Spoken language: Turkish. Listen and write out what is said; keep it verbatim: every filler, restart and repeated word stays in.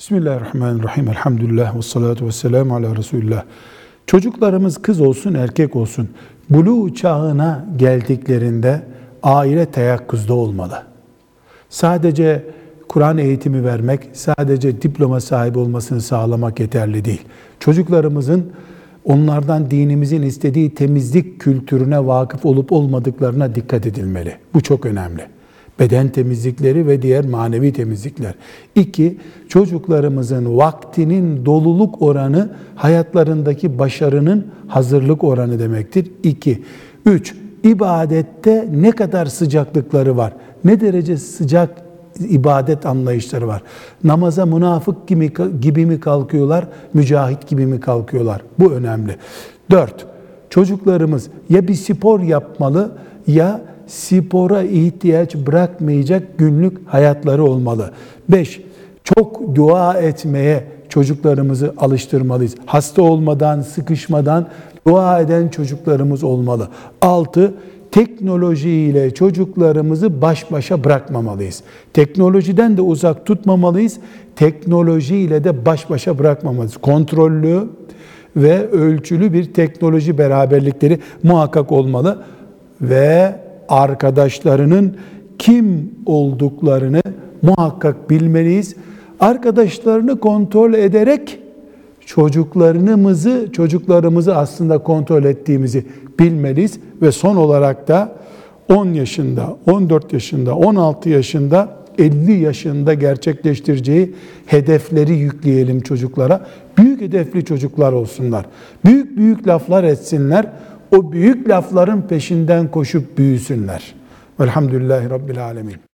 Bismillahirrahmanirrahim. Elhamdülillah ve salatu ve selamu ala Resulullah. Çocuklarımız kız olsun erkek olsun buluğ çağına geldiklerinde aile teyakkuzda olmalı. Sadece Kur'an eğitimi vermek, sadece diploma sahibi olmasını sağlamak yeterli değil. Çocuklarımızın onlardan dinimizin istediği temizlik kültürüne vakıf olup olmadıklarına dikkat edilmeli. Bu çok önemli. Beden temizlikleri ve diğer manevi temizlikler. İki, çocuklarımızın vaktinin doluluk oranı hayatlarındaki başarının hazırlık oranı demektir. İki. Üç, ibadette ne kadar sıcaklıkları var? Ne derece sıcak ibadet anlayışları var? Namaza münafık gibi, gibi mi kalkıyorlar, mücahit gibi mi kalkıyorlar? Bu önemli. Dört, çocuklarımız ya bir spor yapmalı ya spora ihtiyaç bırakmayacak günlük hayatları olmalı. Beş, çok dua etmeye çocuklarımızı alıştırmalıyız. Hasta olmadan, sıkışmadan dua eden çocuklarımız olmalı. Altı, teknolojiyle çocuklarımızı baş başa bırakmamalıyız. Teknolojiden de uzak tutmamalıyız. Teknolojiyle de baş başa bırakmamalıyız. Kontrollü ve ölçülü bir teknoloji beraberlikleri muhakkak olmalı ve arkadaşlarının kim olduklarını muhakkak bilmeliyiz. Arkadaşlarını kontrol ederek çocuklarımızı çocuklarımızı aslında kontrol ettiğimizi bilmeliyiz ve son olarak da on yaşında, on dört yaşında, on altı yaşında, elli yaşında gerçekleştireceği hedefleri yükleyelim çocuklara. Büyük hedefli çocuklar olsunlar. Büyük büyük laflar etsinler. O büyük lafların peşinden koşup büyüsünler. Velhamdülillahi Rabbil Alemin.